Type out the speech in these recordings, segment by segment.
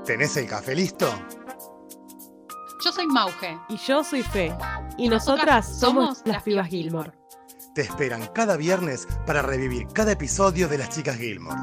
¿Tenés el café listo? Yo soy Mauge. Y yo soy Fe. Y nosotras somos las Pibas Gilmore. Te esperan cada viernes para revivir cada episodio de Las Chicas Gilmore.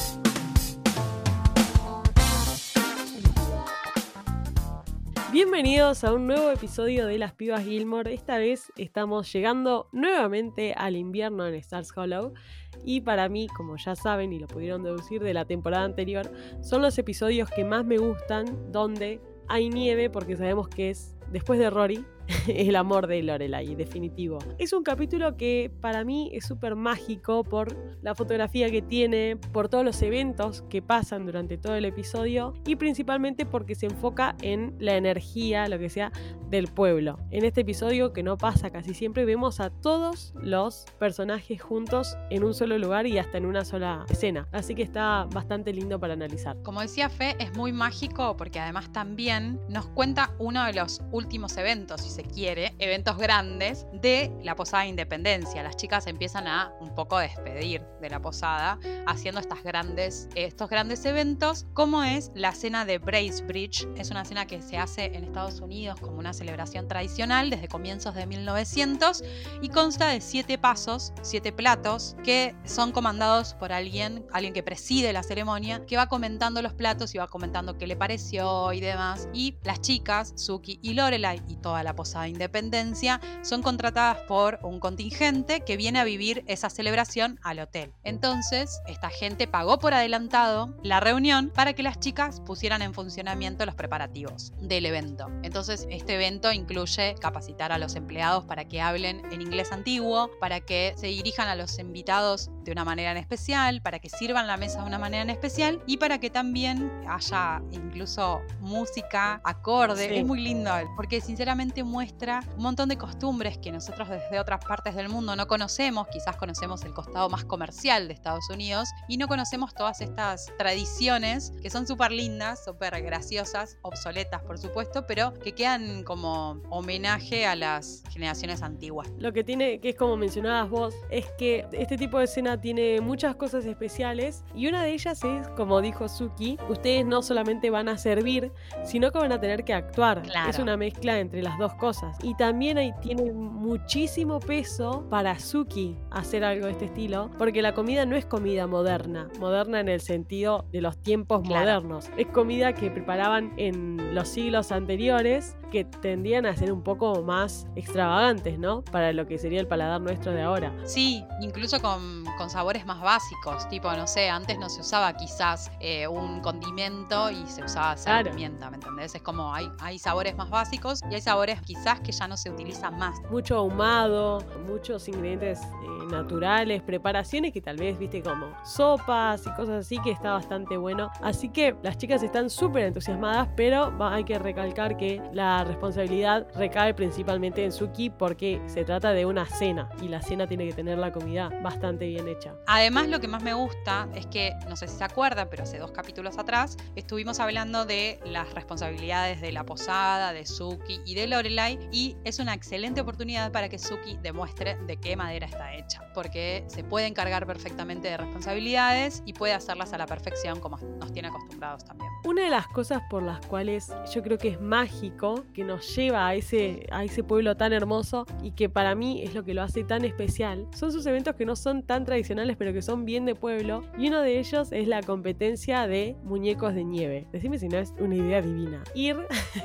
Bienvenidos a un nuevo episodio de Las Pibas Gilmore. Esta vez estamos llegando nuevamente al invierno en Stars Hollow. Y para mí, como ya saben y lo pudieron deducir de la temporada anterior, son los episodios que más me gustan donde hay nieve, porque sabemos que es, después de Rory, el amor de Lorelai, definitivo. Es un capítulo que para mí es súper mágico por la fotografía que tiene, por todos los eventos que pasan durante todo el episodio y principalmente porque se enfoca en la energía, lo que sea, del pueblo. En este episodio, que no pasa casi siempre, vemos a todos los personajes juntos en un solo lugar y hasta en una sola escena. Así que está bastante lindo para analizar. Como decía Fe, es muy mágico porque además también nos cuenta uno de los últimos eventos, si se quiere, eventos grandes de la posada de Independencia. Las chicas empiezan a un poco despedir de la posada haciendo estos grandes eventos, como es la cena de Bracebridge. Es una cena que se hace en Estados Unidos como una celebración tradicional desde comienzos de 1900 y consta de 7 pasos, 7 platos que son comandados por alguien que preside la ceremonia, que va comentando los platos y va comentando qué le pareció y demás. Y las chicas, Sookie y Lorelai y toda la posada de Independencia son contratadas por un contingente que viene a vivir esa celebración al hotel. Entonces, esta gente pagó por adelantado la reunión para que las chicas pusieran en funcionamiento los preparativos del evento. Entonces, este evento incluye capacitar a los empleados para que hablen en inglés antiguo, para que se dirijan a los invitados de una manera en especial, para que sirvan la mesa de una manera en especial y para que también haya incluso música acorde. Sí. Es muy lindo porque sinceramente muestra un montón de costumbres que nosotros desde otras partes del mundo no conocemos. Quizás conocemos el costado más comercial de Estados Unidos y no conocemos todas estas tradiciones que son súper lindas, súper graciosas, obsoletas por supuesto, pero que quedan como homenaje a las generaciones antiguas. Lo que tiene, que es como mencionabas vos, es que este tipo de escena tiene muchas cosas especiales y una de ellas es, como dijo Sookie, ustedes no solamente van a servir, sino que van a tener que actuar. Claro. Es una mezcla entre las dos cosas. Y también ahí tiene muchísimo peso para Sookie hacer algo de este estilo, porque la comida no es comida moderna en el sentido de los tiempos modernos. Es comida que preparaban en los siglos anteriores, que tendían a ser un poco más extravagantes, ¿no? Para lo que sería el paladar nuestro de ahora. Sí, incluso con sabores más básicos, tipo, no sé, antes no se usaba quizás un condimento y se usaba sal y pimienta, ¿me entendés? Es como hay sabores más básicos y hay sabores quizás que ya no se utilizan más. Mucho ahumado, muchos ingredientes naturales, preparaciones que tal vez, viste, como sopas y cosas así, que está bastante bueno. Así que las chicas están súper entusiasmadas, pero hay que recalcar que la responsabilidad recae principalmente en Sookie porque se trata de una cena y la cena tiene que tener la comida bastante bien hecha. Además, lo que más me gusta es que, no sé si se acuerdan, pero hace 2 capítulos atrás estuvimos hablando de las responsabilidades de la posada, de Sookie y de Lorelai, y es una excelente oportunidad para que Sookie demuestre de qué madera está hecha, porque se puede encargar perfectamente de responsabilidades y puede hacerlas a la perfección como nos tiene acostumbrados también. Una de las cosas por las cuales yo creo que es mágico, que nos lleva a ese pueblo tan hermoso y que para mí es lo que lo hace tan especial, son sus eventos que no son tan tradicionales pero que son bien de pueblo, y uno de ellos es la competencia de muñecos de nieve. Decime si no es una idea divina. Ir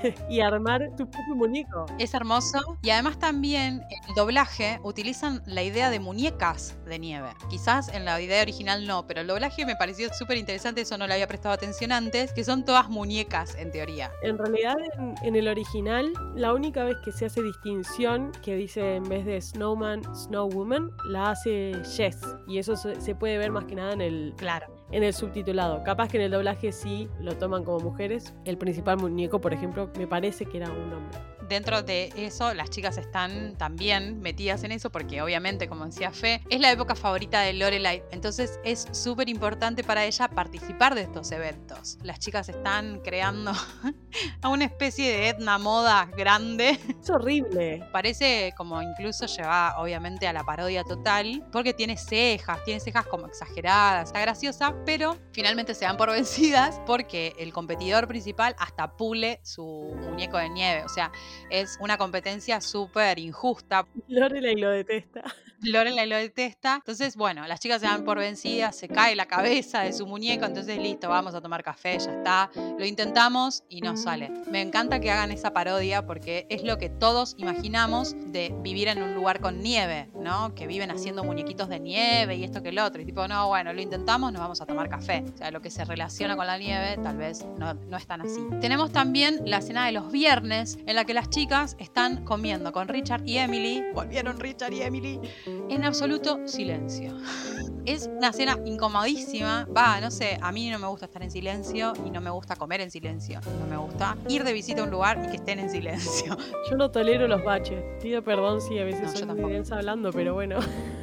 y armar tu propio muñeco. Es hermoso y además también en el doblaje utilizan la idea de muñecas de nieve. Quizás en la idea original no, pero el doblaje me pareció súper interesante, eso no le había prestado atención antes, que son todas muñecas en teoría. En realidad en el original la única vez que se hace distinción, que dice en vez de Snowman, Snowwoman, la hace Jess, y eso se puede ver más que nada en el subtitulado. Capaz que en el doblaje sí lo toman como mujeres. El principal muñeco, por ejemplo, me parece que era un hombre. dentro de eso las chicas están también metidas en eso porque obviamente, como decía Fe, es la época favorita de Lorelai. Entonces es súper importante para ella participar de estos eventos. Las chicas están creando a una especie de etna moda grande. Es horrible. Parece como incluso lleva obviamente a la parodia total porque tiene cejas como exageradas, está graciosa, pero finalmente se dan por vencidas porque el competidor principal hasta pule su muñeco de nieve. O sea, es una competencia súper injusta. Lorelai lo detesta. Lorelai lo detesta. Entonces, bueno, las chicas se dan por vencidas, se cae la cabeza de su muñeco, entonces listo, vamos a tomar café, ya está. Lo intentamos y no sale. Me encanta que hagan esa parodia porque es lo que todos imaginamos de vivir en un lugar con nieve, ¿no? Que viven haciendo muñequitos de nieve y esto que el otro. Y tipo, no, bueno, lo intentamos, nos vamos a tomar café. O sea, lo que se relaciona con la nieve tal vez no es tan así. Tenemos también la cena de los viernes en la que las chicas están comiendo con Richard y Emily. Volvieron Richard y Emily. En absoluto silencio. Es una cena incomodísima. No sé, a mí no me gusta estar en silencio y no me gusta comer en silencio. No me gusta ir de visita a un lugar y que estén en silencio. Yo no tolero los baches. Pido perdón si a veces soy muy tampoco. densa hablando, pero bueno,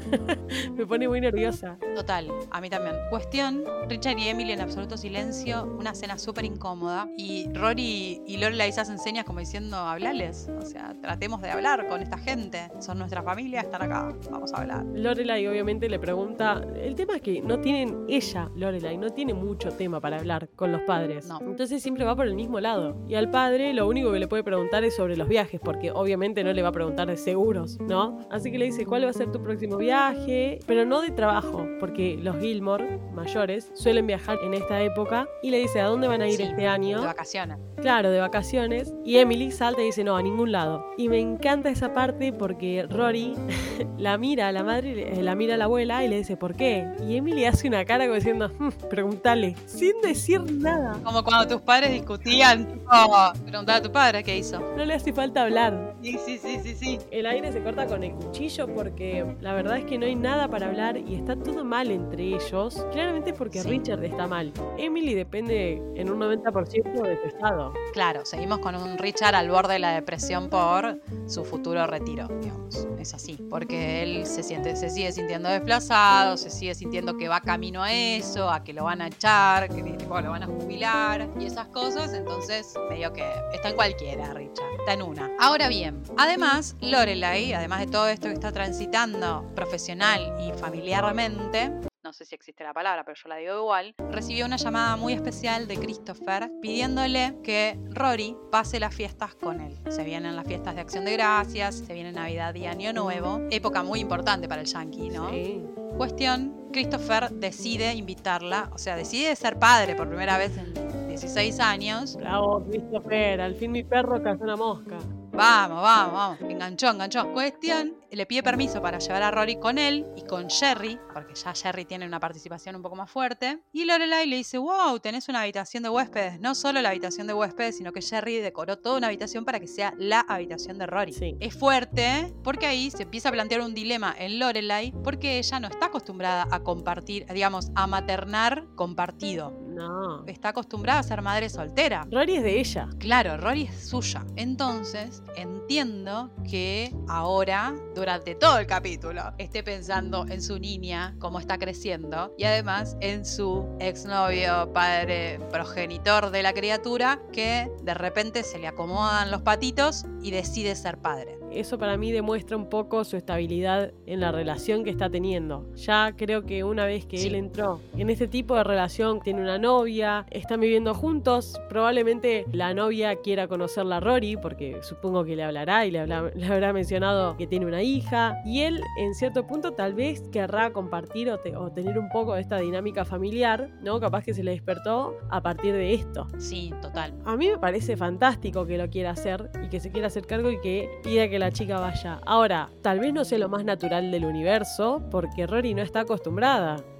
me pone muy nerviosa. Total, a mí también. Cuestión, Richard y Emily en absoluto silencio, una cena súper incómoda y Rory y Lorelai se hacen señas como diciendo, hablales, o sea, tratemos de hablar con esta gente, son nuestra familia, están acá, vamos a hablar. Lorelai obviamente le pregunta, el tema es que Lorelai no tiene mucho tema para hablar con los padres, No. Entonces siempre va por el mismo lado y al padre lo único que le puede preguntar es sobre los viajes, porque obviamente no le va a preguntar de seguros, ¿no? Así que le dice, ¿cuál va a ser tu próximo viaje? Pero no de trabajo, porque los Gilmore mayores suelen viajar en esta época y le dice, ¿a dónde van a ir este año? De vacaciones. Claro, de vacaciones. Y Emily salta y dice, no, a ningún lado. Y me encanta esa parte porque Rory la mira a la madre, la mira a la abuela y le dice, ¿por qué? Y Emily hace una cara como diciendo, pregúntale, sin decir nada. Como cuando tus padres discutían, tipo, preguntaba a tu padre qué hizo. No le hace falta hablar. Sí. El aire se corta con el cuchillo porque la verdad es que no hay nada para hablar y está todo mal entre ellos. Claramente porque Sí. Richard está mal. Emily depende en un 90% de su estado. Claro, seguimos con un Richard al borde de la depresión por su futuro retiro, digamos. Es así, porque él se sigue sintiendo desplazado, se sigue sintiendo que va camino a eso, a que lo van a echar, que tipo, lo van a jubilar y esas cosas, entonces medio que está en cualquiera, Richard, está en una. Ahora bien, además, Lorelai, además de todo esto que está transitando profesional y familiarmente, no sé si existe la palabra, pero yo la digo igual, recibió una llamada muy especial de Christopher pidiéndole que Rory pase las fiestas con él. Se vienen las fiestas de Acción de Gracias, se viene Navidad y Año Nuevo, época muy importante para el yankee, ¿no? Sí. Cuestión, Christopher decide invitarla, o sea, decide ser padre por primera vez en 16 años. Bravo, Christopher, al fin mi perro cazó una mosca. Vamos. Enganchó. Cuestión, le pide permiso para llevar a Rory con él y con Jerry, porque ya Jerry tiene una participación un poco más fuerte. Y Lorelai le dice, wow, tenés una habitación de huéspedes. No solo la habitación de huéspedes, sino que Jerry decoró toda una habitación para que sea la habitación de Rory. Sí. Es fuerte, porque ahí se empieza a plantear un dilema en Lorelai, porque ella no está acostumbrada a compartir, digamos, a maternar compartido. No. Está acostumbrada a ser madre soltera. Rory es de ella. Claro, Rory es suya. Entonces, entiendo que ahora, durante todo el capítulo, esté pensando en su niña, cómo está creciendo, y además en su exnovio, padre, progenitor de la criatura, que de repente se le acomodan los patitos y decide ser padre. Eso para mí demuestra un poco su estabilidad en la relación que está teniendo. Ya creo que una vez que Sí. él entró en este tipo de relación, tiene una novia, están viviendo juntos, probablemente la novia quiera conocerla a Rory, porque supongo que le hablará y le habrá mencionado que tiene una hija, y él en cierto punto tal vez querrá compartir o tener un poco de esta dinámica familiar, ¿no? Capaz que se le despertó a partir de esto. Sí, total. A mí me parece fantástico que lo quiera hacer y que se quiera hacer cargo y que pida que la chica vaya. Ahora, tal vez no sea lo más natural del universo porque Rory no está acostumbrada.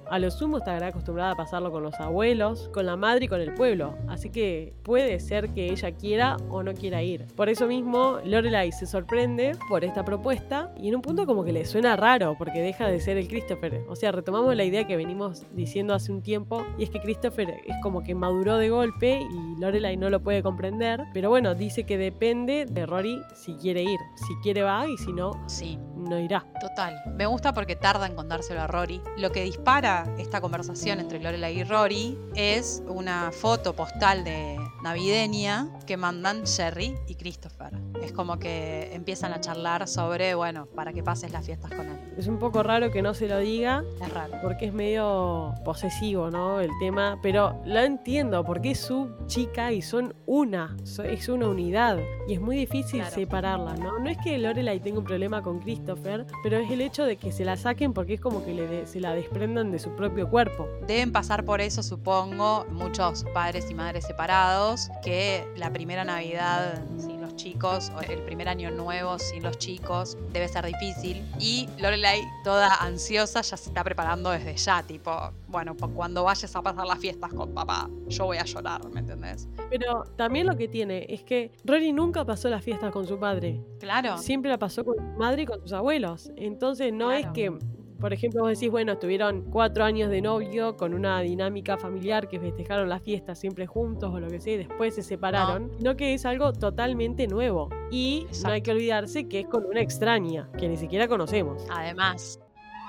A lo sumo estará acostumbrada a pasarlo con los abuelos, con la madre y con el pueblo. Así que puede ser que ella quiera o no quiera ir. Por eso mismo, Lorelai se sorprende por esta propuesta y en un punto como que le suena raro porque deja de ser el Christopher. O sea, retomamos la idea que venimos diciendo hace un tiempo y es que Christopher es como que maduró de golpe y Lorelai no lo puede comprender. Pero bueno, dice que depende de Rory si quiere ir. Si quiere va y si no, Sí, no irá. total. Me gusta porque tarda en contárselo a Rory. Lo que dispara esta conversación entre Lorelai y Rory es una foto postal de navideña que mandan Jerry y Christopher. Es como que empiezan a charlar sobre, bueno, para que pases las fiestas con él. Es un poco raro que no se lo diga Es raro. porque es medio posesivo, ¿no? El tema, pero lo entiendo porque es su chica y son una, es una unidad y es muy difícil Claro. separarla, ¿no? No es que Lorelai tenga un problema con Christopher, pero es el hecho de que se la saquen porque es como que se la desprendan de su propio cuerpo. Deben pasar por eso, supongo, muchos padres y madres separados, que la primera Navidad sin los chicos, o el primer año nuevo sin los chicos, debe ser difícil. Y Lorelai, toda ansiosa, ya se está preparando desde ya, tipo, bueno, cuando vayas a pasar las fiestas con papá, yo voy a llorar, ¿me entendés? Pero también lo que tiene es que Rory nunca pasó las fiestas con su padre. Claro. Siempre la pasó con su madre y con sus abuelos. Entonces no es Claro. que, por ejemplo, vos decís, bueno, estuvieron 4 años de novio con una dinámica familiar que festejaron las fiestas siempre juntos o lo que sea y después se separaron, sino que es algo totalmente nuevo. Y no hay Exacto. que olvidarse que es con una extraña, que ni siquiera conocemos. Además.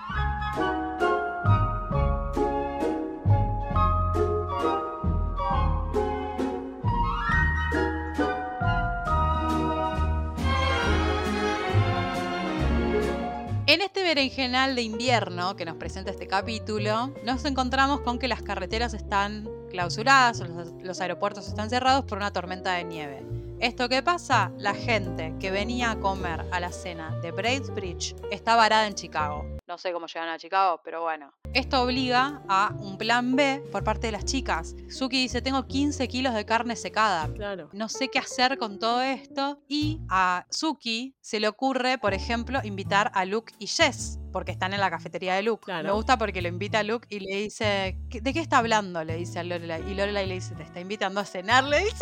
En este berenjenal de invierno que nos presenta este capítulo, nos encontramos con que las carreteras están clausuradas, los aeropuertos están cerrados por una tormenta de nieve. ¿Esto qué pasa? La gente que venía a comer a la cena de Bracebridge está varada en Chicago. No sé cómo llegan a Chicago, pero bueno. Esto obliga a un plan B por parte de las chicas. Suki dice, tengo 15 kilos de carne secada. Claro. No sé qué hacer con todo esto. Y a Suki se le ocurre, por ejemplo, invitar a Luke y Jess, porque están en la cafetería de Luke. Claro. Me gusta porque lo invita a Luke y le dice, ¿de qué está hablando? Le dice a Lorelai. Y Lorelai le dice, te está invitando a cenar, le dice.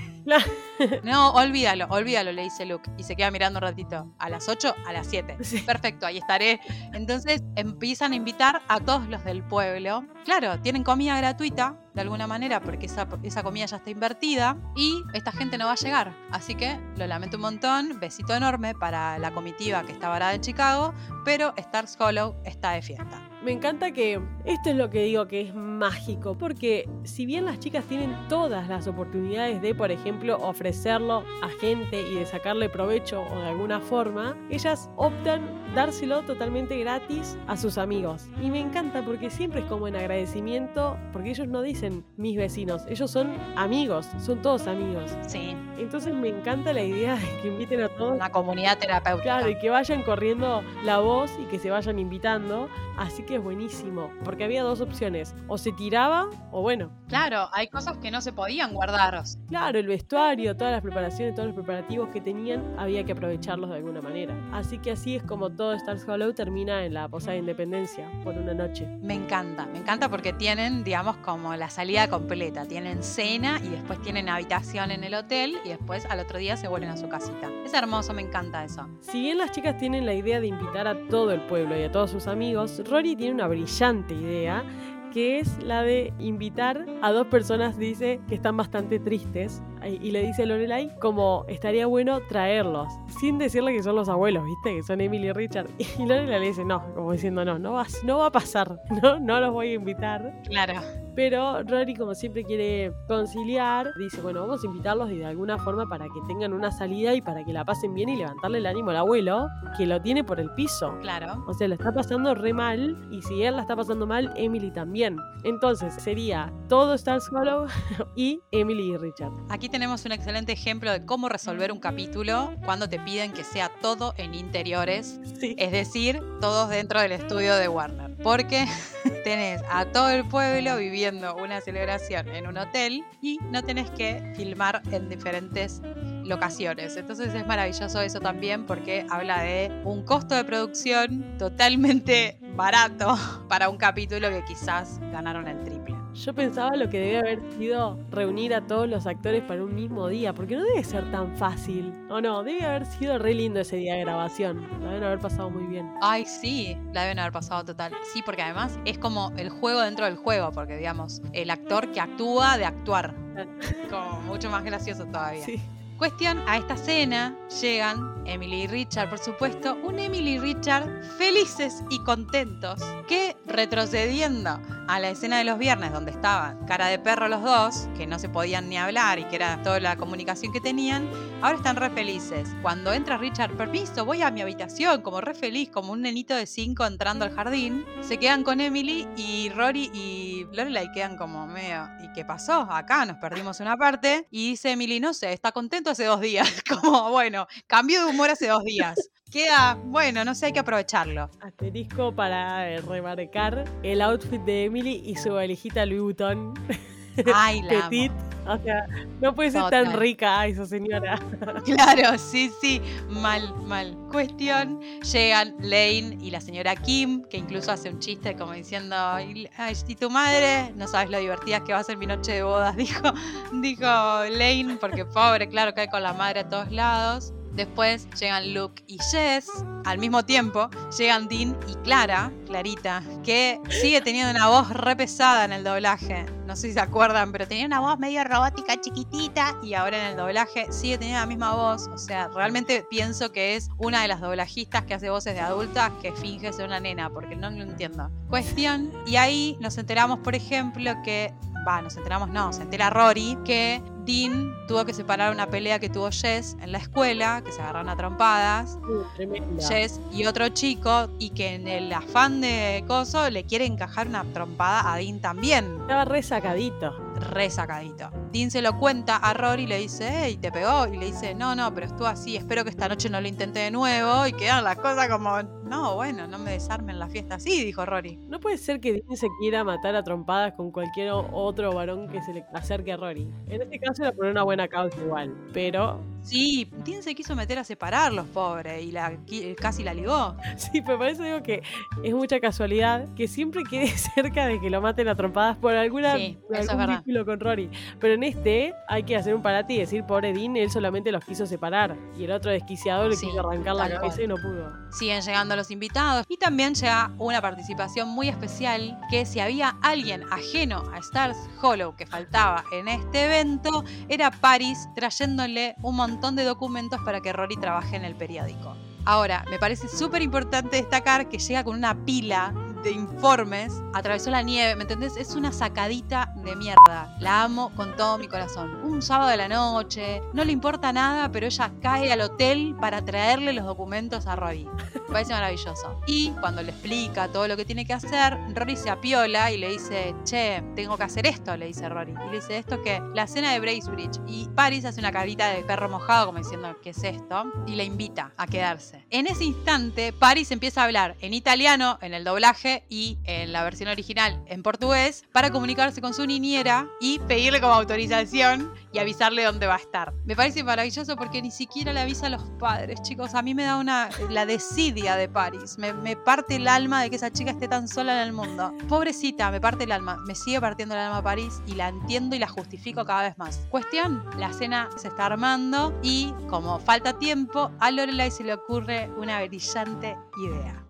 No, olvídalo, le dice Luke. Y se queda mirando un ratito. ¿A las 8? A las 7. Sí. Perfecto, ahí estaré. Entonces empiezan a invitar a todos los del pueblo. Claro, tienen comida gratuita, de alguna manera, porque esa comida ya está invertida. Y esta gente no va a llegar. Así que lo lamento un montón. Besito enorme para la comitiva que está varada en Chicago. Pero Stars Hollow está de fiesta. Me encanta que esto es lo que digo que es mágico, porque si bien las chicas tienen todas las oportunidades de, por ejemplo, ofrecerlo a gente y de sacarle provecho o de alguna forma, ellas optan dárselo totalmente gratis a sus amigos. Y me encanta porque siempre es como en agradecimiento, porque ellos no dicen mis vecinos, ellos son amigos, son todos amigos. Sí, Entonces me encanta la idea de que inviten a todos. una comunidad terapéutica. Claro, y que vayan corriendo la voz y que se vayan invitando. Así que es buenísimo, porque había dos opciones. O se tiraba, o bueno, Claro, hay cosas que no se podían guardar. claro, el vestuario, todas las preparaciones, todos los preparativos que tenían, había que aprovecharlos de alguna manera. Así que así es como todo Stars Hollow termina en la posada de Independencia, por una noche. Me encanta porque tienen, digamos, como la salida completa. Tienen cena y después tienen habitación en el hotel y después al otro día se vuelven a su casita. Es hermoso, me encanta eso. Si bien las chicas tienen la idea de invitar a todo el pueblo y a todos sus amigos, Rory tiene una brillante idea, que es la de invitar a dos personas, dice, que están bastante tristes, y le dice a Lorelai como estaría bueno traerlos, sin decirle que son los abuelos, ¿viste? Que son Emily y Richard. Y Lorelai le dice no, como diciendo no va a pasar, no los voy a invitar. Claro. Pero Rory, como siempre quiere conciliar, dice, bueno, vamos a invitarlos y de alguna forma para que tengan una salida y para que la pasen bien y levantarle el ánimo al abuelo, que lo tiene por el piso. Claro. O sea, la está pasando re mal, y si él la está pasando mal, Emily también. Entonces, sería todo Stars Hollow y Emily y Richard. Aquí tenemos un excelente ejemplo de cómo resolver un capítulo cuando te piden que sea todo en interiores, Sí. es decir, todos dentro del estudio de Warner. Porque tenés a todo el pueblo viviendo una celebración en un hotel y no tenés que filmar en diferentes locaciones. Entonces es maravilloso eso también porque habla de un costo de producción totalmente barato para un capítulo que quizás ganaron el triple. Yo pensaba lo que debía haber sido reunir a todos los actores para un mismo día, porque no debe ser tan fácil. O no, debe haber sido re lindo ese día de grabación. La deben haber pasado muy bien. Ay, sí, la deben haber pasado total. Sí, porque además es como el juego dentro del juego, porque digamos, el actor que actúa de actuar. Como mucho más gracioso todavía. Sí. Cuestión, a esta cena llegan Emily y Richard, por supuesto, un Emily y Richard felices y contentos, que retrocediendo a la escena de los viernes donde estaban cara de perro los dos, que no se podían ni hablar y que era toda la comunicación que tenían, ahora están re felices. Cuando entra Richard, permiso, voy a mi habitación, como re feliz, como un nenito de 5 entrando al jardín, se quedan con Emily y Rory y Lorelai quedan como medio, ¿y qué pasó? Acá nos perdimos una parte, y dice Emily, no sé, está contento hace 2 días, como bueno, cambió de humor hace 2 días. Queda, bueno, no sé, hay que aprovecharlo. Asterisco para remarcar el outfit de Emily y su valijita Louis Vuitton. Ay, la Petit. amo. O sea, no puede ser Total. tan rica esa señora. Claro, sí, mal. Cuestión, llegan Lane y la señora Kim, que incluso hace un chiste como diciendo, "Ay, ¿y tu madre? No sabes lo divertida que va a ser mi noche de bodas", dijo Lane, porque pobre, claro, cae con la madre a todos lados. Después llegan Luke y Jess. Al mismo tiempo llegan Dean y Clarita, que sigue teniendo una voz re pesada en el doblaje. No sé si se acuerdan, pero tenía una voz medio robótica, chiquitita, y ahora en el doblaje sigue teniendo la misma voz. O sea, realmente pienso que es una de las doblajistas que hace voces de adulta que finge ser una nena, porque no lo entiendo. Cuestión, y ahí nos enteramos, por ejemplo, que... se entera Rory que Dean tuvo que separar una pelea que tuvo Jess en la escuela, que se agarraron a trompadas. Tremenda. Jess y otro chico, y que en el afán de coso le quiere encajar una trompada a Dean también. Estaba re sacadito. Re sacadito. Dean se lo cuenta a Rory y le dice, hey, ¿te pegó? Y le dice, no, pero estuvo así, espero que esta noche no lo intente de nuevo. Y quedan las cosas como, no, bueno, no me desarmen la fiesta así, dijo Rory. No puede ser que Dean se quiera matar a trompadas con cualquier otro varón que se le acerque a Rory. En este caso era por una buena causa igual, pero... Sí, Dean se quiso meter a separarlos, pobre, y casi la ligó. Sí, pero por eso digo que es mucha casualidad que siempre quede cerca de que lo maten a trompadas por algún vínculo con Rory. Pero en este hay que hacer un parate y decir, pobre Dean, él solamente los quiso separar. Y el otro desquiciado le quiso arrancar la cabeza y no pudo. Siguen llegando los invitados. Y también llega una participación muy especial, que si había alguien ajeno a Stars Hollow que faltaba en este evento, era Paris trayéndole un montón de documentos para que Rory trabaje en el periódico. Ahora, me parece súper importante destacar que llega con una pila de informes, atravesó la nieve, ¿me entendés? Es una sacadita de mierda. La amo con todo mi corazón. Un sábado de la noche, no le importa nada, pero ella cae al hotel para traerle los documentos a Rory. Me parece maravilloso. Y cuando le explica todo lo que tiene que hacer, Rory se apiola y le dice, che, tengo que hacer esto, le dice Rory. Y le dice, ¿esto qué? La cena de Bracebridge. Y Paris hace una carita de perro mojado como diciendo, ¿qué es esto? Y le invita a quedarse. En ese instante, Paris empieza a hablar en italiano, en el doblaje, y en la versión original en portugués, para comunicarse con su niñera y pedirle como autorización y avisarle dónde va a estar. Me parece maravilloso porque ni siquiera le avisa a los padres, chicos. A mí me da la desidia de Paris. Me parte el alma de que esa chica esté tan sola en el mundo. Pobrecita, me parte el alma. Me sigue partiendo el alma Paris y la entiendo y la justifico cada vez más. Cuestión, la cena se está armando y como falta tiempo, a Lorelai se le ocurre una brillante idea.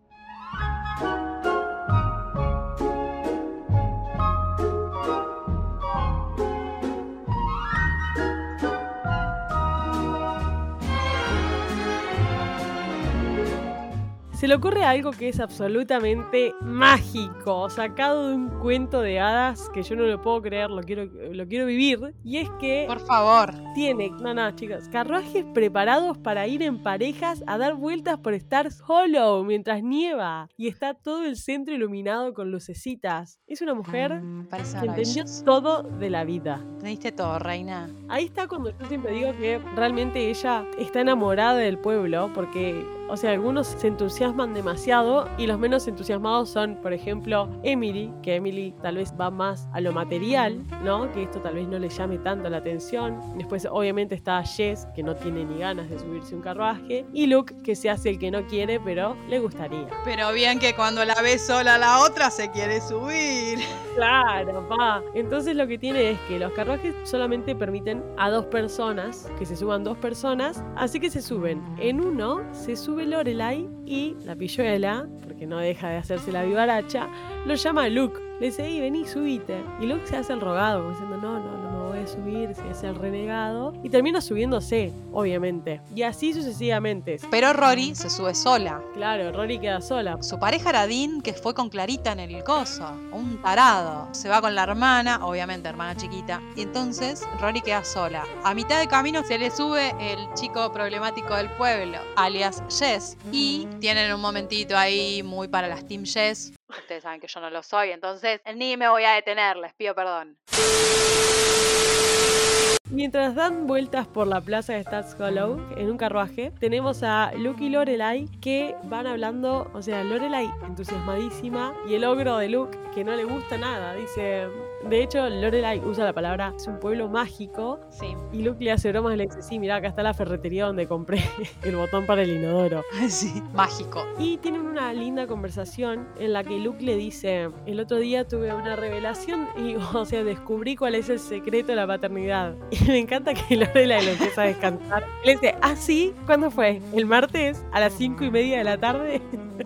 Se le ocurre algo que es absolutamente mágico, sacado de un cuento de hadas que yo no lo puedo creer, lo quiero vivir. Y es que... Por favor. Tiene, chicos, carruajes preparados para ir en parejas a dar vueltas por Stars Hollow mientras nieva. Y está todo el centro iluminado con lucecitas. Es una mujer que entendió todo de la vida. Entendiste todo, reina. Ahí está cuando yo siempre digo que realmente ella está enamorada del pueblo, porque O sea, algunos se entusiasman demasiado y los menos entusiasmados son, por ejemplo, Emily, que Emily tal vez va más a lo material, ¿no? Que esto tal vez no le llame tanto la atención. Después obviamente está Jess, que no tiene ni ganas de subirse un carruaje, y Luke, que se hace el que no quiere, pero le gustaría. Pero bien que cuando la ve sola la otra se quiere subir. Claro, pa. Entonces lo que tiene es que los carruajes solamente permiten a 2 personas, que se suban 2 personas, así que se suben. En uno se sube Lorelai y la pilluela, porque no deja de hacerse la vivaracha, lo llama Luke. Le dice, hey, vení, subite. Y Luke se hace el rogado, como diciendo, no me voy a subir, se hace el renegado. Y termina subiéndose, obviamente. Y así sucesivamente. Pero Rory se sube sola. Claro, Rory queda sola. Su pareja era Dean, que fue con Clarita en el coso. Un tarado. Se va con la hermana, obviamente hermana chiquita. Y entonces Rory queda sola. A mitad de camino se le sube el chico problemático del pueblo, alias Jess. Y tienen un momentito ahí muy para las Team Jess. Ustedes saben que yo no lo soy, entonces ni me voy a detener, les pido perdón. Mientras dan vueltas por la plaza de Stars Hollow en un carruaje, tenemos a Luke y Lorelai que van hablando, o sea, Lorelai entusiasmadísima y el ogro de Luke que no le gusta nada, dice... De hecho, Lorelai usa la palabra, es un pueblo mágico. Sí. Y Luke le hace bromas y le dice, sí, mirá, acá está la ferretería donde compré el botón para el inodoro. Sí, mágico. Y tienen una linda conversación en la que Luke le dice, el otro día tuve una revelación y, o sea, descubrí cuál es el secreto de la paternidad. Y me encanta que Lorelai lo empieza a descansar. Le dice, ¿ah, sí? ¿Cuándo fue? ¿El martes? ¿A las 5:30 de la tarde?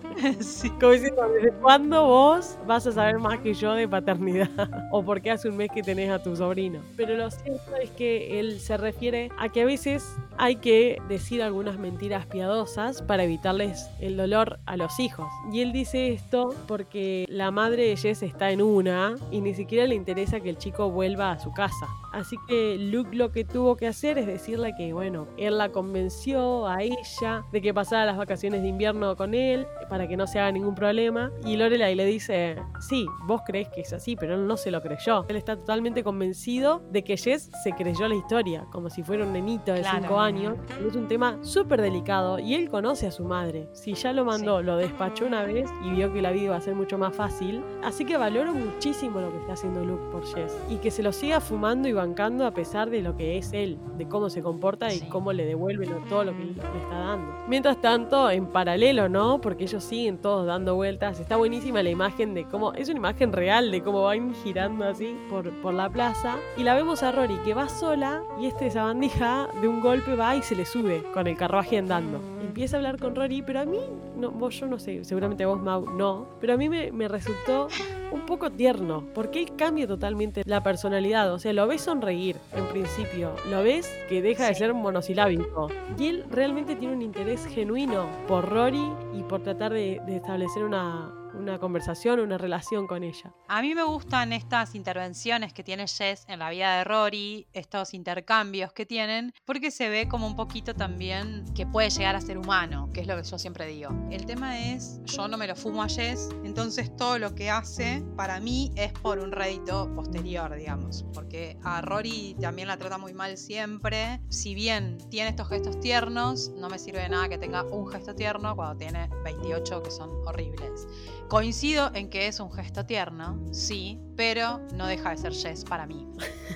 Sí. Como diciendo, ¿desde cuándo vos vas a saber más que yo de paternidad? O porque hace un mes que tenés a tu sobrino. Pero lo cierto es que él se refiere a que a veces hay que decir algunas mentiras piadosas para evitarles el dolor a los hijos. Y él dice esto porque la madre de Jess está en una y ni siquiera le interesa que el chico vuelva a su casa. Así que Luke lo que tuvo que hacer es decirle que, bueno, él la convenció a ella de que pasara las vacaciones de invierno con él para que no se haga ningún problema. Y Lorelai le dice, sí, vos creés que es así, pero él no se lo creyó. Él está totalmente convencido de que Jess se creyó la historia, como si fuera un nenito de 5 años. Es un tema súper delicado y él conoce a su madre. Si ya lo mandó, lo despachó una vez y vio que la vida iba a ser mucho más fácil. Así que valoro muchísimo lo que está haciendo Luke por Jess. Y que se lo siga fumando y bancando a pesar de lo que es él, de cómo se comporta y cómo le devuelve todo lo que le está dando. Mientras tanto, en paralelo, ¿no? Porque ellos siguen todos dando vueltas. Está buenísima la imagen de cómo... Es una imagen real de cómo van girando así por la plaza. Y la vemos a Rory que va sola y sabandija de un golpe va y se le sube con el carruaje andando. Empieza a hablar con Rory, pero a mí, yo no sé, seguramente vos, Mau, no. Pero a mí me resultó un poco tierno, porque él cambia totalmente la personalidad. O sea, lo ves sonreír en principio, lo ves que deja de ser monosilábico. Y él realmente tiene un interés genuino por Rory y por tratar de establecer una conversación, una relación con ella. A mí me gustan estas intervenciones que tiene Jess en la vida de Rory, estos intercambios que tienen, porque se ve como un poquito también que puede llegar a ser humano, que es lo que yo siempre digo. El tema es, yo no me lo fumo a Jess, entonces todo lo que hace para mí es por un rédito posterior, digamos, porque a Rory también la trata muy mal siempre. Si bien tiene estos gestos tiernos, no me sirve de nada que tenga un gesto tierno cuando tiene 28 que son horribles. Coincido en que es un gesto tierno, sí, pero no deja de ser Jess para mí.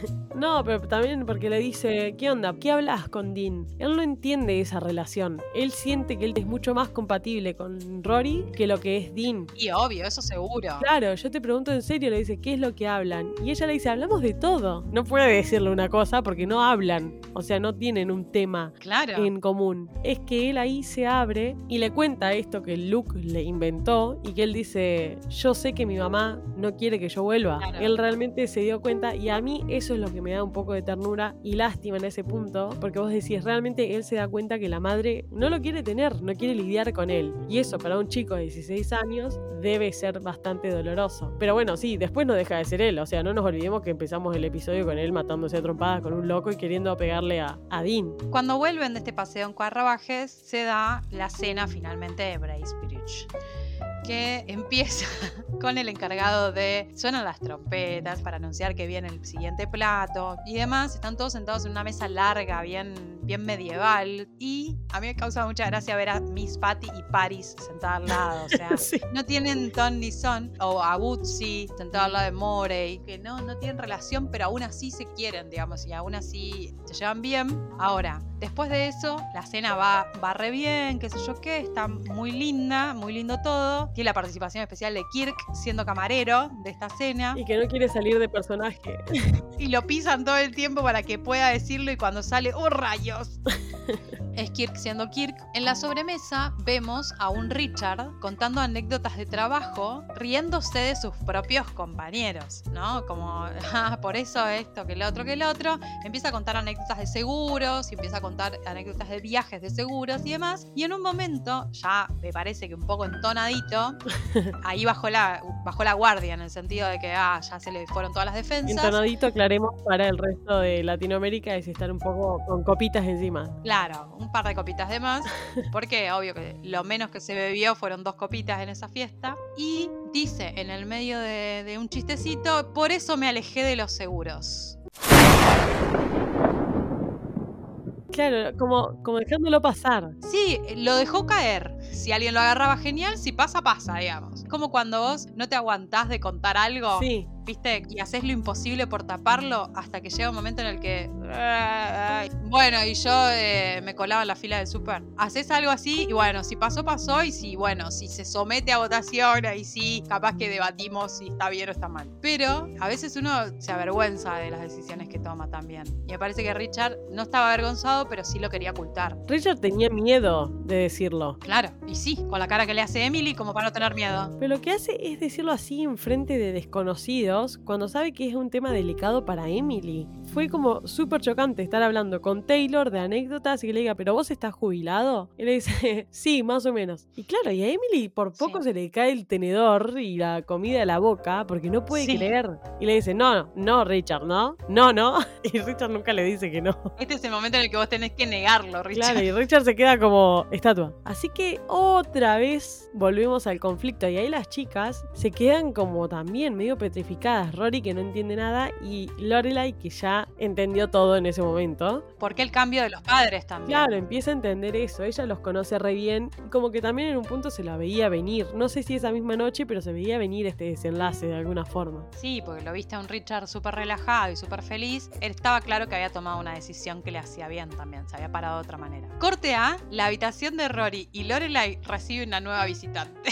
No, pero también porque le dice, ¿qué onda? ¿Qué hablas con Dean? Él no entiende esa relación. Él siente que él es mucho más compatible con Rory que lo que es Dean. Y obvio, eso seguro. Claro, yo te pregunto en serio, le dice, ¿qué es lo que hablan? Y ella le dice, hablamos de todo. No puede decirle una cosa porque no hablan. O sea, no tienen un tema en común. Es que él ahí se abre y le cuenta esto que Luke le inventó y que él dice, yo sé que mi mamá no quiere que yo vuelva. Claro. Él realmente se dio cuenta y a mí eso es lo que me da un poco de ternura y lástima en ese punto, porque vos decís, realmente él se da cuenta que la madre no lo quiere tener, no quiere lidiar con él. Y eso para un chico de 16 años debe ser bastante doloroso. Pero bueno, sí, después no deja de ser él. O sea, no nos olvidemos que empezamos el episodio con él matándose a trompadas con un loco y queriendo pegarle a Dean. Cuando vuelven de este paseo en carruajes, se da la cena finalmente de Bracebridge, que empieza con el encargado de... Suenan las trompetas para anunciar que viene el siguiente plato y demás. Están todos sentados en una mesa larga, bien medieval. Y a mí me causa mucha gracia ver a Miss Patty y Paris sentadas al lado. O sea, Sí. no tienen ton ni son. O a Bootsy sentado al lado de Morey, que no tienen relación, pero aún así se quieren, digamos, y aún así se llevan bien. Ahora, después de eso, la cena va re bien, qué sé yo qué, está muy linda, muy lindo todo. Tiene la participación especial de Kirk siendo camarero de esta cena. Y que no quiere salir de personaje. Y lo pisan todo el tiempo para que pueda decirlo y cuando sale, ¡oh rayos! Es Kirk siendo Kirk. En la sobremesa vemos a un Richard contando anécdotas de trabajo, riéndose de sus propios compañeros, ¿no? Como, por eso esto, que el otro. Empieza a contar anécdotas de seguros y empieza a contar anécdotas de viajes de seguros y demás. Y en un momento, ya me parece que un poco entonadito, ahí bajó la guardia en el sentido de que ya se le fueron todas las defensas. Entonadito, aclaremos para el resto de Latinoamérica, es estar un poco con copitas encima. Claro, un par de copitas de más, porque obvio que lo menos que se bebió fueron 2 copitas en esa fiesta. Y dice en el medio de un chistecito, por eso me alejé de los seguros. Claro, como dejándolo pasar. Sí, lo dejó caer. Si alguien lo agarraba, genial. Si pasa, digamos. Como cuando vos no te aguantás de contar algo, Sí. ¿viste? Y haces lo imposible por taparlo hasta que llega un momento en el que... Bueno, y yo me colaba en la fila del súper. Haces algo así y bueno, si pasó, y si se somete a votación, ahí sí, capaz que debatimos si está bien o está mal. Pero a veces uno se avergüenza de las decisiones que toma también. Y me parece que Richard no estaba avergonzado, pero sí lo quería ocultar. Richard tenía miedo de decirlo. Claro, y sí, con la cara que le hace Emily como para no tener miedo. Pero lo que hace es decirlo así en frente de desconocidos cuando sabe que es un tema delicado para Emily. Fue como súper chocante estar hablando con Taylor de anécdotas y que le diga, ¿pero vos estás jubilado? Y le dice, sí, más o menos. Y claro, y a Emily por poco se le cae el tenedor y la comida de la boca porque no puede creer. Y le dice, no, Richard, no. Y Richard nunca le dice que no. Este es el momento en el que vos tenés que negarlo, Richard. Claro, y Richard se queda como estatua. Así que otra vez volvemos al conflicto y ahí las chicas se quedan como también medio petrificadas. Rory que no entiende nada y Lorelai que ya entendió todo en ese momento. ¿Por qué el cambio de los padres también? Claro, empieza a entender eso. Ella los conoce re bien y como que también en un punto se la veía venir. No sé si esa misma noche, pero se veía venir este desenlace de alguna forma. Sí, porque lo viste a un Richard súper relajado y súper feliz. Él estaba claro que había tomado una decisión que le hacía bien también. Se había parado de otra manera. Corte A, la habitación de Rory y Lorelai recibe una nueva visitante.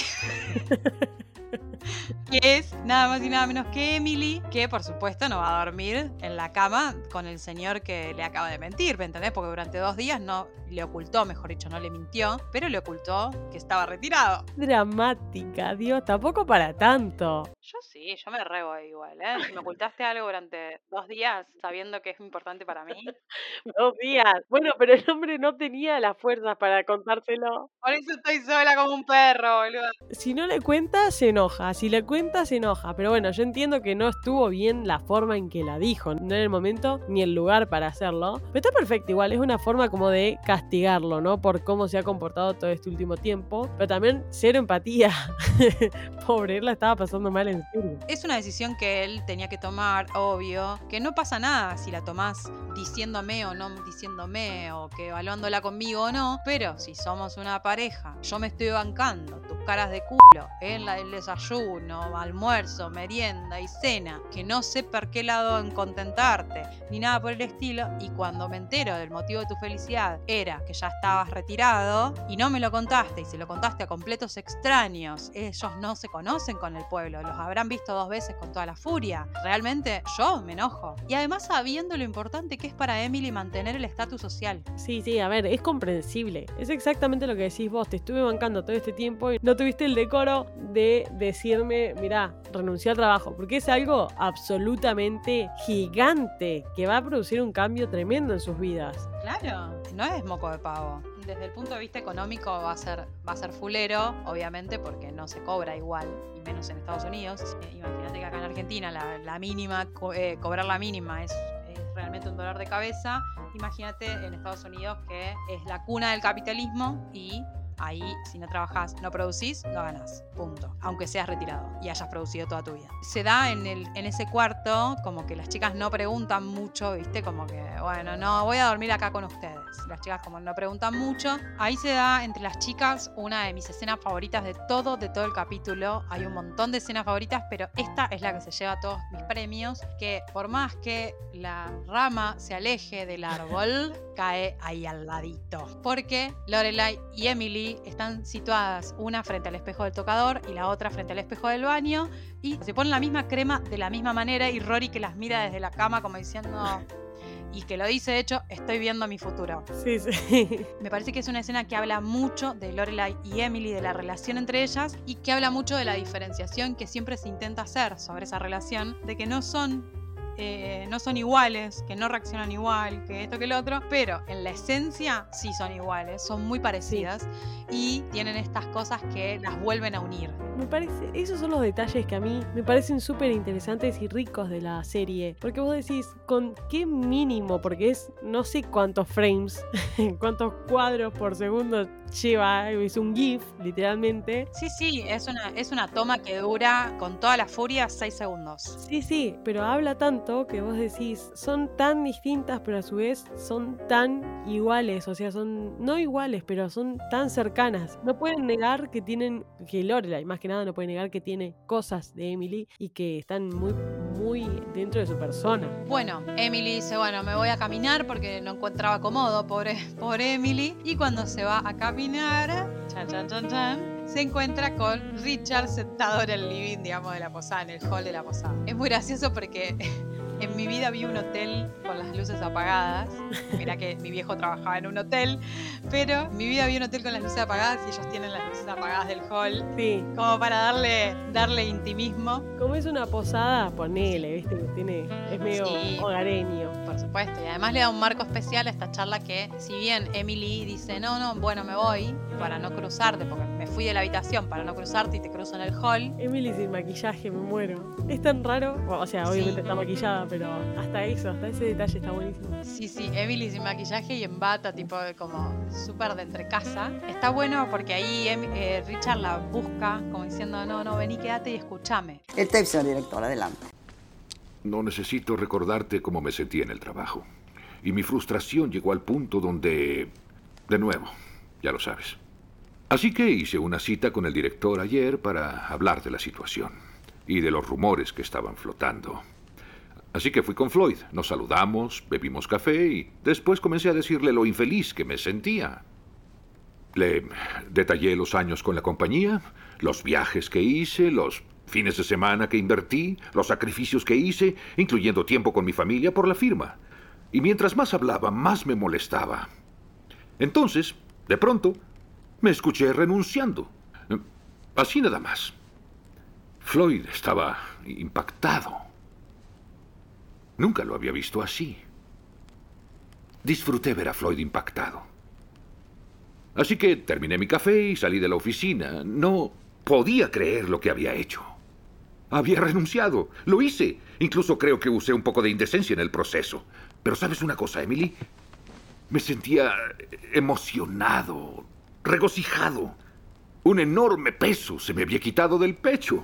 Que es nada más y nada menos que Emily, que por supuesto no va a dormir en la cama con el señor que le acaba de mentir, ¿me entendés? Porque durante 2 días no le ocultó, mejor dicho, no le mintió, pero le ocultó que estaba retirado. Dramática, Dios, tampoco para tanto. Yo me re voy igual, ¿eh? Si me ocultaste algo durante 2 días sabiendo que es importante para mí. 2 días. Bueno, pero el hombre no tenía las fuerzas para contárselo. Por eso estoy sola como un perro, boludo. Si no le cuenta, se enoja. Si le cuenta, se enoja. Pero bueno, yo entiendo que no estuvo bien la forma en que la dijo. No era el momento ni el lugar para hacerlo. Pero está perfecto igual. Es una forma como de castigarlo, ¿no? Por cómo se ha comportado todo este último tiempo. Pero también cero empatía. Pobre, él la estaba pasando mal en serio. Es una decisión que él tenía que tomar, obvio. Que no pasa nada si la tomás diciéndome o no diciéndome, o que evaluándola conmigo o no. Pero si somos una pareja, yo me estoy bancando tus caras de culo en la del desayuno, almuerzo, merienda y cena, que no sé por qué lado en contentarte, ni nada por el estilo, y cuando me entero del motivo de tu felicidad era que ya estabas retirado y no me lo contaste y se lo contaste a completos extraños, ellos no se conocen con el pueblo, los habrán visto 2 veces con toda la furia, realmente yo me enojo. Y además sabiendo lo importante que es para Emily mantener el estatus social. Sí, a ver, es comprensible. Es exactamente lo que decís vos. Te estuve bancando todo este tiempo y no tuviste el decoro de decirme, mirá, renuncié al trabajo, porque es algo absolutamente gigante que va a producir un cambio tremendo en sus vidas. Claro, no es moco de pavo. Desde el punto de vista económico va a ser fulero, obviamente, porque no se cobra igual, y menos en Estados Unidos. Imagínate que acá en Argentina la mínima, cobrar la mínima es realmente un dolor de cabeza. Imagínate en Estados Unidos, que es la cuna del capitalismo y ahí si no trabajás, no producís, no ganás, punto, aunque seas retirado y hayas producido toda tu vida. Se da en ese cuarto como que las chicas no preguntan mucho, ¿viste? Como que, bueno, no, voy a dormir acá con ustedes. Las chicas como no preguntan mucho. Ahí se da entre las chicas una de mis escenas favoritas de todo el capítulo. Hay un montón de escenas favoritas, pero esta es la que se lleva todos mis premios, que por más que la rama se aleje del árbol, cae ahí al ladito. Porque Lorelai y Emily están situadas una frente al espejo del tocador y la otra frente al espejo del baño y se ponen la misma crema de la misma manera y Rory que las mira desde la cama como diciendo... Y que lo dice, de hecho, estoy viendo mi futuro. Sí, sí. Me parece que es una escena que habla mucho de Lorelai y Emily, de la relación entre ellas, y que habla mucho de la diferenciación que siempre se intenta hacer sobre esa relación, de que no son iguales, que no reaccionan igual, que esto que el otro, pero en la esencia sí son iguales, son muy parecidas y tienen estas cosas que las vuelven a unir. Me parece, esos son los detalles que a mí me parecen súper interesantes y ricos de la serie, porque vos decís, ¿con qué mínimo? Porque es no sé cuántos frames, cuántos cuadros por segundo lleva, es un GIF, literalmente. Sí, es una toma que dura con toda la furia 6 segundos. Sí, pero habla tanto que vos decís, son tan distintas, pero a su vez son tan iguales, o sea, son no iguales, pero son tan cercanas. No pueden negar que tienen, que Lorelai, más que nada, no puede negar que tiene cosas de Emily y que están muy, muy dentro de su persona. Bueno, Emily dice, bueno, me voy a caminar porque no encontraba cómodo, pobre Emily, y cuando se va a caminar, se encuentra con Richard sentado en el living, digamos, de la posada, en el hall de la posada. Es muy gracioso porque en mi vida vi un hotel con las luces apagadas. Mira que mi viejo trabajaba en un hotel, pero en mi vida vi un hotel con las luces apagadas y ellos tienen las luces apagadas del hall. Sí. Como para darle intimismo. Como es una posada, ponele, ¿viste? Es medio hogareño. Por supuesto, y además le da un marco especial a esta charla que, si bien Emily dice, no, bueno, me voy para no cruzarte, porque me fui de la habitación para no cruzarte y te cruzo en el hall. Emily sin maquillaje, me muero. Es tan raro, o sea, obviamente está maquillada, pero hasta ese detalle está buenísimo. Sí, Emily sin maquillaje y en bata, tipo como súper de entre casa. Está bueno porque ahí Richard la busca como diciendo, no, vení, quédate y escúchame. El tape, señor director, adelante. No necesito recordarte cómo me sentí en el trabajo. Y mi frustración llegó al punto donde... De nuevo, ya lo sabes. Así que hice una cita con el director ayer para hablar de la situación y de los rumores que estaban flotando. Así que fui con Floyd, nos saludamos, bebimos café y después comencé a decirle lo infeliz que me sentía. Le detallé los años con la compañía, los viajes que hice, los fines de semana que invertí, los sacrificios que hice, incluyendo tiempo con mi familia por la firma. Y mientras más hablaba, más me molestaba. Entonces, de pronto, me escuché renunciando. Así nada más. Floyd estaba impactado. Nunca lo había visto así. Disfruté ver a Floyd impactado. Así que terminé mi café y salí de la oficina. No podía creer lo que había hecho. Había renunciado. Lo hice. Incluso creo que usé un poco de indecencia en el proceso. Pero ¿sabes una cosa, Emily? Me sentía emocionado, regocijado. Un enorme peso se me había quitado del pecho.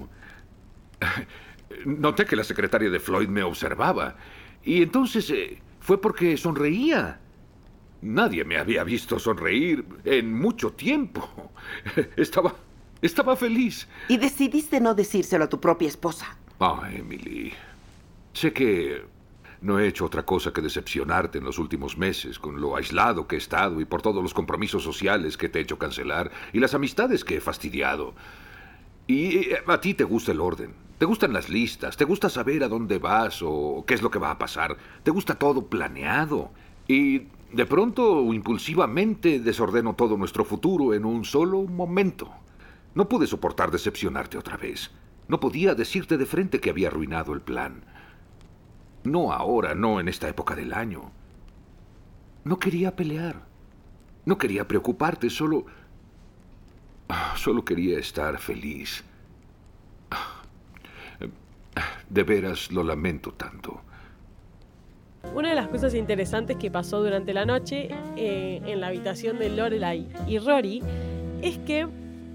Noté que la secretaria de Floyd me observaba. Y entonces fue porque sonreía. Nadie me había visto sonreír en mucho tiempo. Estaba feliz. Y decidiste no decírselo a tu propia esposa. Emily, sé que no he hecho otra cosa que decepcionarte en los últimos meses con lo aislado que he estado y por todos los compromisos sociales que te he hecho cancelar y las amistades que he fastidiado. Y a ti te gusta el orden, te gustan las listas, te gusta saber a dónde vas o qué es lo que va a pasar, te gusta todo planeado. Y de pronto, impulsivamente, desordeno todo nuestro futuro en un solo momento. No pude soportar decepcionarte otra vez. No podía decirte de frente que había arruinado el plan. No ahora, no en esta época del año. No quería pelear. No quería preocuparte, solo quería estar feliz. De veras lo lamento tanto. Una de las cosas interesantes que pasó durante la noche en la habitación de Lorelai y Rory es que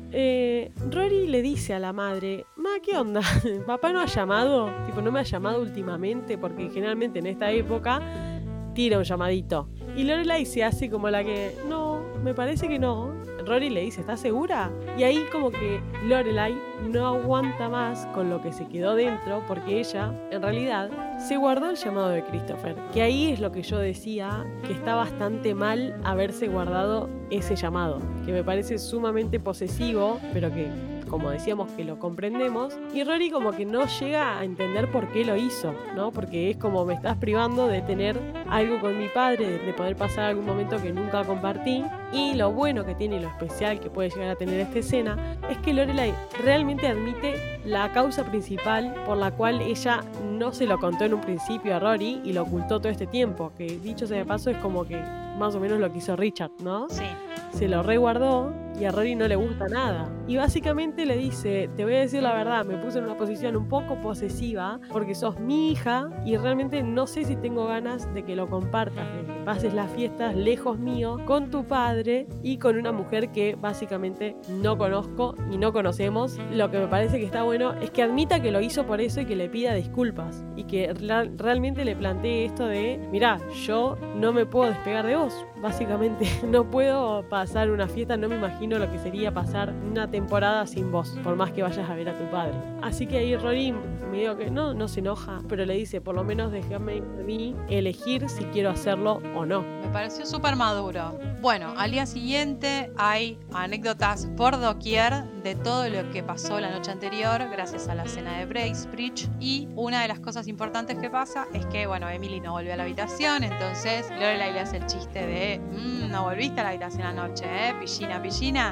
Rory le dice a la madre: ma, ¿qué onda? ¿Papá no ha llamado? Tipo, no me ha llamado últimamente, porque generalmente en esta época tira un llamadito. Y Lorelai se hace como la que, no, me parece que no. Rory le dice: ¿estás segura? Y ahí como que Lorelai no aguanta más con lo que se quedó dentro, porque ella, en realidad, se guardó el llamado de Christopher. Que ahí es lo que yo decía, que está bastante mal haberse guardado ese llamado, que me parece sumamente posesivo, pero que, como decíamos, que lo comprendemos. Y Rory como que no llega a entender por qué lo hizo, ¿no? Porque es como: me estás privando de tener algo con mi padre, de poder pasar algún momento que nunca compartí. Y lo bueno que tiene y lo especial que puede llegar a tener esta escena es que Lorelai realmente admite la causa principal por la cual ella no se lo contó en un principio a Rory y lo ocultó todo este tiempo, que dicho sea de paso es como que más o menos lo que hizo Richard, ¿no? Sí. Se lo reguardó y a Rory no le gusta nada. Y básicamente le dice: te voy a decir la verdad, me puse en una posición un poco posesiva porque sos mi hija y realmente no sé si tengo ganas de que lo compartas, de que pases las fiestas lejos mío con tu padre y con una mujer que básicamente no conozco y no conocemos. Lo que me parece que está bueno es que admita que lo hizo por eso y que le pida disculpas y que realmente le plantee esto de: mirá, yo no me puedo despegar de vos, básicamente no puedo pasar una fiesta, no me imagino lo que sería pasar una temporada sin vos, por más que vayas a ver a tu padre. Así que ahí Rory medio que no se enoja, pero le dice: por lo menos déjame a mí elegir si quiero hacerlo o no. Me pareció súper maduro. Bueno, al día siguiente hay anécdotas por doquier de todo lo que pasó la noche anterior gracias a la cena de Bracebridge, y una de las cosas importantes que pasa es que, bueno, Emily no volvió a la habitación, entonces Lorelai le hace el chiste de: no volviste a la habitación anoche, pillina, pillina.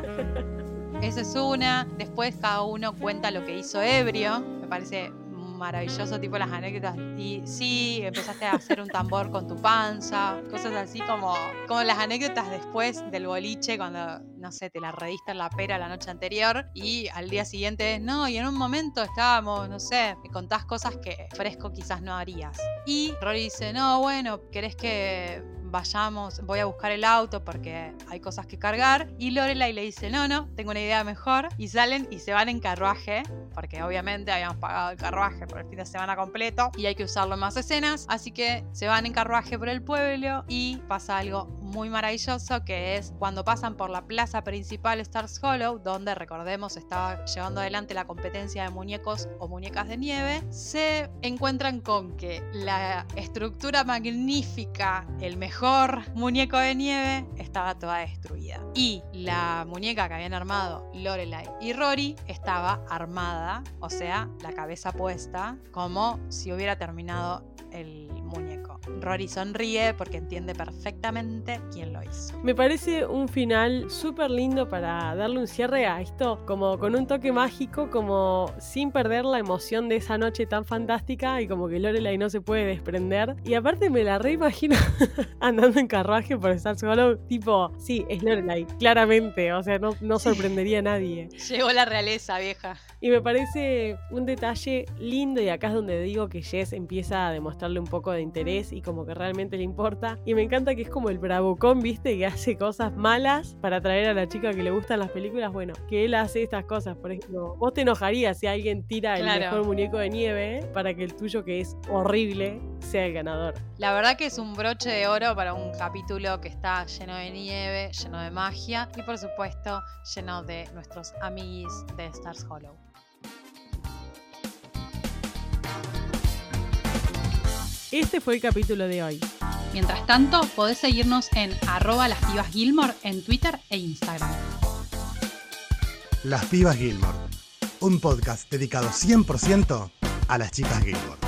Esa es una. Después cada uno cuenta lo que hizo ebrio. Me parece maravilloso, tipo las anécdotas. Y sí, empezaste a hacer un tambor con tu panza, cosas así como las anécdotas después del boliche, cuando, no sé, te la rediste en la pera la noche anterior y al día siguiente no, y en un momento estábamos, no sé, me contás cosas que fresco quizás no harías. Y Rory dice: no, bueno, ¿querés que vayamos? Voy a buscar el auto porque hay cosas que cargar. Y Lorelai le dice: no, tengo una idea mejor. Y salen y se van en carruaje, porque obviamente habíamos pagado el carruaje por el fin de semana completo y hay que usarlo en más escenas. Así que se van en carruaje por el pueblo y pasa algo muy maravilloso, que es cuando pasan por la plaza principal Stars Hollow, donde, recordemos, estaba llevando adelante la competencia de muñecos o muñecas de nieve. Se encuentran con que la estructura magnífica, el mejor muñeco de nieve, estaba toda destruida. Y la muñeca que habían armado Lorelai y Rory estaba armada, o sea, la cabeza puesta, como si hubiera terminado el muñeco. Rory sonríe porque entiende perfectamente quién lo hizo. Me parece un final súper lindo para darle un cierre a esto, como con un toque mágico, como sin perder la emoción de esa noche tan fantástica, y como que Lorelai no se puede desprender. Y aparte me la reimagino andando en carruaje por Stars Hollow, tipo, sí, es Lorelai, claramente, o sea, no sorprendería a nadie. Llegó la realeza, vieja. Y me parece un detalle lindo, y acá es donde digo que Jess empieza a demostrarle un poco de interés y como que realmente le importa. Y me encanta que es como el bravucón, ¿viste? Que hace cosas malas para atraer a la chica que le gustan las películas. Bueno, que él hace estas cosas. Por ejemplo, vos te enojarías si alguien tira el mejor muñeco de nieve para que el tuyo, que es horrible, sea el ganador. La verdad que es un broche de oro para un capítulo que está lleno de nieve, lleno de magia y, por supuesto, lleno de nuestros amiguis de Stars Hollow. Este fue el capítulo de hoy. Mientras tanto, podés seguirnos en @laspibasgilmore en Twitter e Instagram. Las Pibas Gilmore, un podcast dedicado 100% a las chicas Gilmore.